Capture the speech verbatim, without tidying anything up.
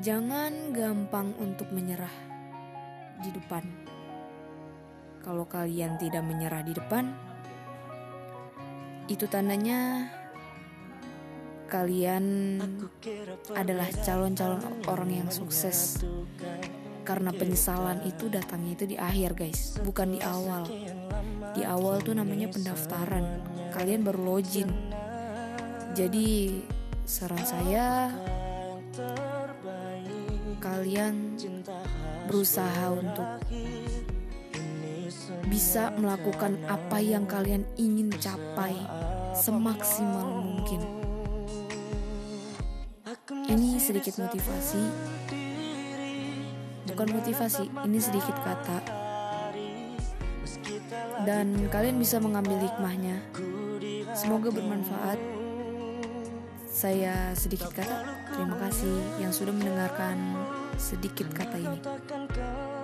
Jangan gampang untuk menyerah di depan. Kalau kalian tidak menyerah di depan, itu tandanya kalian adalah calon-calon orang yang sukses. Karena penyesalan itu datangnya itu di akhir, guys, bukan di awal. Di awal tuh namanya pendaftaran. Kalian baru login. Jadi saran saya, kalian berusaha untuk bisa melakukan apa yang kalian ingin capai semaksimal mungkin. Ini sedikit motivasi. Bukan motivasi, ini sedikit kata. Dan kalian bisa mengambil hikmahnya. Semoga bermanfaat. Saya sedikit kata. Terima kasih yang sudah mendengarkan sedikit kata ini.